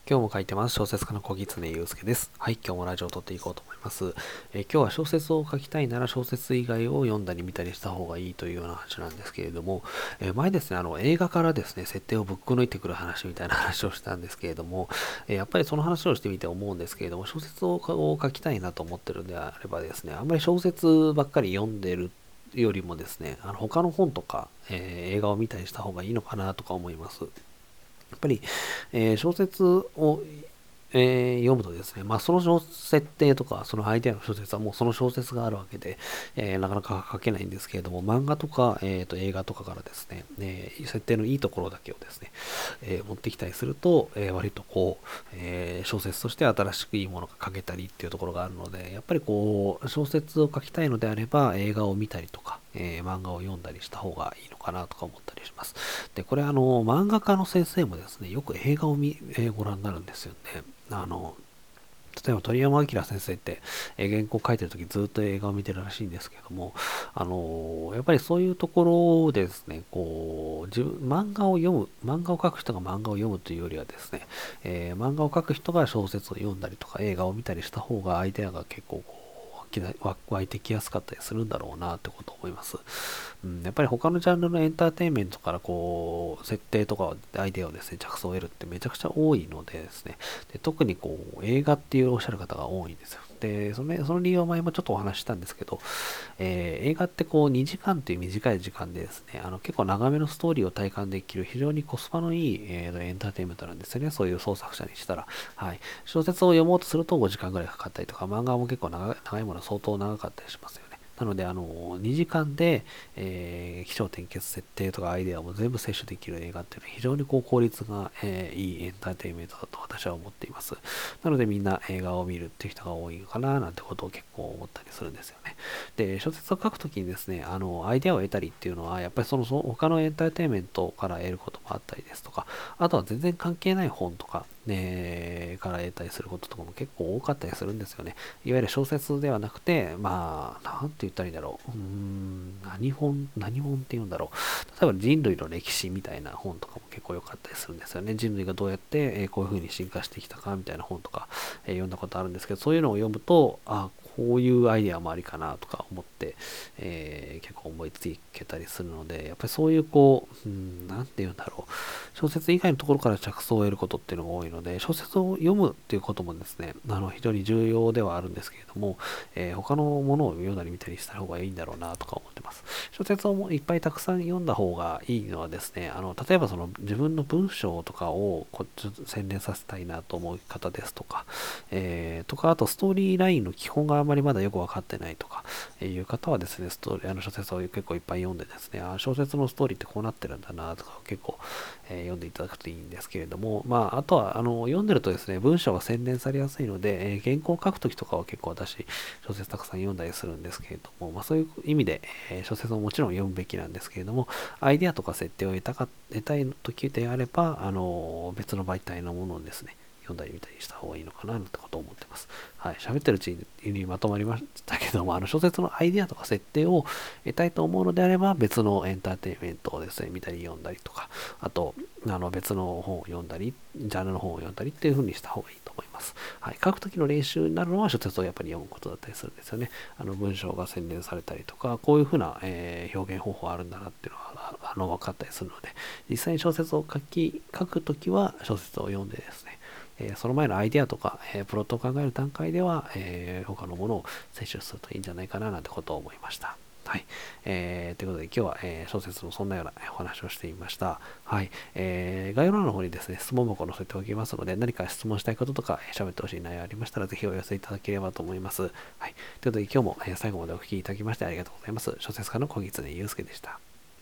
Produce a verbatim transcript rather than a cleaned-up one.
今日も書いてます。小説家の小狐祐介です。はい、今日もラジオを撮っていこうと思います。えー今日は小説を書きたいなら小説以外を読んだり見たりした方がいいというような話なんですけれども、えー前ですね、あの映画からですね、設定をぶっこ抜いてくる話みたいな話をしたんですけれども、えーやっぱりその話をしてみて思うんですけれども、小説をを書きたいなと思ってるんであればですね、あんまり小説ばっかり読んでるよりもですね、あの他の本とか、えー映画を見たりした方がいいのかなとか思います。やっぱり、えー小説をえー読むとですね、まあその小設定とか、そのアイデアの小説はもうその小説があるわけで、えーなかなか書けないんですけれども、漫画とか、えーと映画とかからですね、えー設定のいいところだけをですね、えー持ってきたりすると、えー割とこう、えー小説として新しくいいものが書けたりっていうところがあるので、やっぱりこう、小説を書きたいのであれば、映画を見たりとか、えー漫画を読んだりした方がいいのかなとか思ったりします。で、これあの、漫画家の先生もですね、よく映画を見、えーご覧になるんですよね。あの、例えば鳥山明先生って、えー原稿書いてるときずっと映画を見てるらしいんですけども、あのーやっぱりそういうところでですね、こう、自分、漫画を読む、漫画を描く人が漫画を読むというよりはですね、えー漫画を描く人が小説を読んだりとか映画を見たりした方がアイデアが結構こう、湧きな湧湧いてきやすかったりするんだろうなってことを思います。うん、やっぱり他のジャンルのエンターテインメントからこう、設定とかアイデアをですね、着想を得るってめちゃくちゃ多いのでですね、で特にこう、映画っていうおっしゃる方が多いんですよ。で、そのその理由は前もちょっとお話ししたんですけど、えー映画ってこうにじかんという短い時間でですね、あの結構長めのストーリーを体感できる非常にコスパのいい、えーエンターテインメントなんですよね。そういう創作者にしたら。はい。小説を読もうとするとごじかんぐらいかかったりとか、漫画も結構長い長いものは相当長かったりしますよね。なので、あの、にじかんで、えー、起承転結設定とかアイデアも全部摂取できる映画っていうのは非常にこう効率が、えーいいエンターテインメントだと私は思っています。なのでみんな映画を見るっていう人が多いのかななんてことを結構思ったりするんですよね。で、小説を書くときにですね、あの、アイデアを得たりっていうのは、やっぱりその、その他のエンターテインメントから得ることもあったりですとか、あとは全然関係ない本とか、ね、から得たりすることとかも結構多かったりするんですよね。いわゆる小説ではなくて、まあ、なんて言ったらいいんだろう。うーん、何本、何本って言うんだろう。例えば人類の歴史みたいな本とかも結構良かったりするんですよね。人類がどうやって、えーこういう風に進化してきたかみたいな本とか、えー読んだことあるんですけど、そういうのを読むと、あ、こういうアイデアもありかなとか思って、えー結構思いつけたりするので、やっぱりそういうこう、うん、なんて言うんだろう。小説以外のところから着想を得ることっていうのが多いので、小説を読むっていうこともですね、あの非常に重要ではあるんですけれども、えー他のものを読んだり見たりした方がいいんだろうなとか思ってます。小説をもういっぱいたくさん読んだ方がいいのはですね、あの例えばその自分の文章とかをこうちょっと洗練させたいなと思う方ですとか、えーとか、あとストーリーラインの基本があまりまだよくわかってないとかいう方はですね、ストーリーあの小説を結構いっぱい読んでですね、あ小説のストーリーってこうなってるんだなとか結構、えー読んでいただくといいんですけれども、まあ、あとはあの読んでるとですね、文章が洗練されやすいので、えー原稿を書くときとかは結構私、小説たくさん読んだりするんですけれども、まあ、そういう意味で、えー小説ももちろん読むべきなんですけれども、アイデアとか設定を得たか得たい時であれば、あの別の媒体のものをですね、読んだり見たりした方がいいのかななんてことを思ってます。はい。喋ってるうちにまとまりましたけども、あの小説のアイデアとか設定を得たいと思うのであれば、別のエンターテインメントをですね、見たり読んだりとか、あと、あの別の本を読んだり、ジャンルの本を読んだりっていう風にした方がいいと思います。はい。書くときの練習になるのは小説をやっぱり読むことだったりするんですよね。あの文章が洗練されたりとか、こういう風な、えー表現方法あるんだなっていうのは、あの分かったりするので、実際に小説を書き、書くときは小説を読んでですね、えーその前のアイデアとか、えープロットを考える段階では、えー他のものを摂取するといいんじゃないかななんてことを思いました。はい。えー、ということで今日は、えー小説のそんなようなお話をしてみました。はい。えー、概要欄の方にですね、質問箱を載せておきますので、何か質問したいこととか、えー喋ってほしい内容ありましたら、ぜひお寄せいただければと思います。はい。ということで今日も、えー最後までお聞きいただきましてありがとうございます。小説家の小狐祐介でした。